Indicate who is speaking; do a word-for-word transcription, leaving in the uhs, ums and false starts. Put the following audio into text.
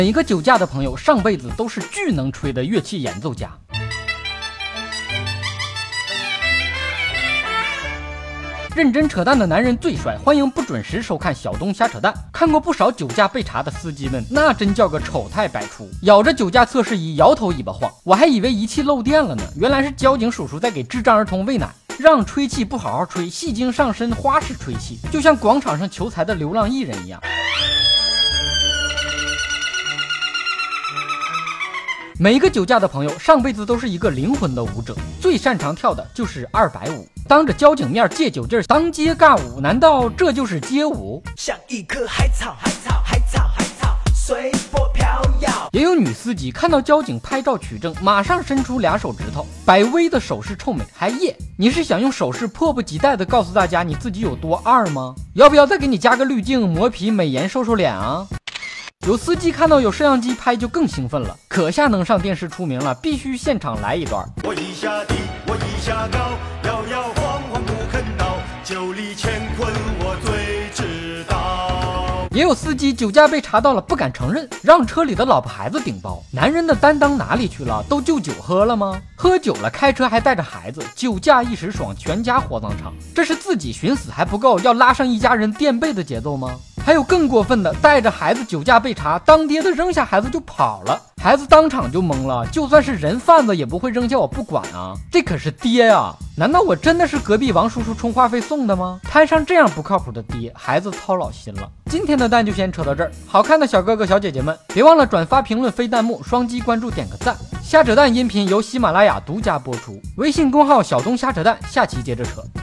Speaker 1: 每个酒驾的朋友上辈子都是巨能吹的乐器演奏家。认真扯淡的男人最帅，欢迎不准时收看小东瞎扯淡。看过不少酒驾被查的司机们，那真叫个丑态百出，咬着酒驾测试仪摇头尾巴晃。我还以为仪器漏电了呢，原来是交警叔叔在给智障儿童喂奶，让吹气不好好吹，戏精上身花式吹气，就像广场上求财的流浪艺人一样。每一个酒驾的朋友上辈子都是一个灵魂的舞者，最擅长跳的就是二百五，当着交警面借酒劲儿当街尬舞，难道这就是街舞？
Speaker 2: 像一棵海草，海草，海草，海草，随波飘摇。
Speaker 1: 也有女司机看到交警拍照取证，马上伸出俩手指头，百威的手势臭美，还耶！你是想用手势迫不及待的告诉大家你自己有多二吗？要不要再给你加个滤镜、磨皮、美颜、瘦瘦脸啊？有司机看到有摄像机拍就更兴奋了，可下能上电视出名了，必须现场来一段。
Speaker 2: 我一下低，我一下高，摇摇晃晃不肯倒，酒里乾坤我最知道。
Speaker 1: 也有司机酒驾被查到了不敢承认，让车里的老婆孩子顶包。男人的担当哪里去了？都就酒喝了吗？喝酒了开车还带着孩子，酒驾一时爽，全家火葬场。这是自己寻死还不够，要拉上一家人垫背的节奏吗？还有更过分的，带着孩子酒驾被查，当爹的扔下孩子就跑了，孩子当场就懵了，就算是人贩子也不会扔下我不管啊，这可是爹啊！难道我真的是隔壁王叔叔充话费送的吗？摊上这样不靠谱的爹，孩子操老心了。今天的蛋就先扯到这儿，好看的小哥哥小姐姐们，别忘了转发、评论、飞弹幕，双击关注，点个赞。瞎扯淡音频由喜马拉雅独家播出，微信公号小东瞎扯淡，下期接着扯。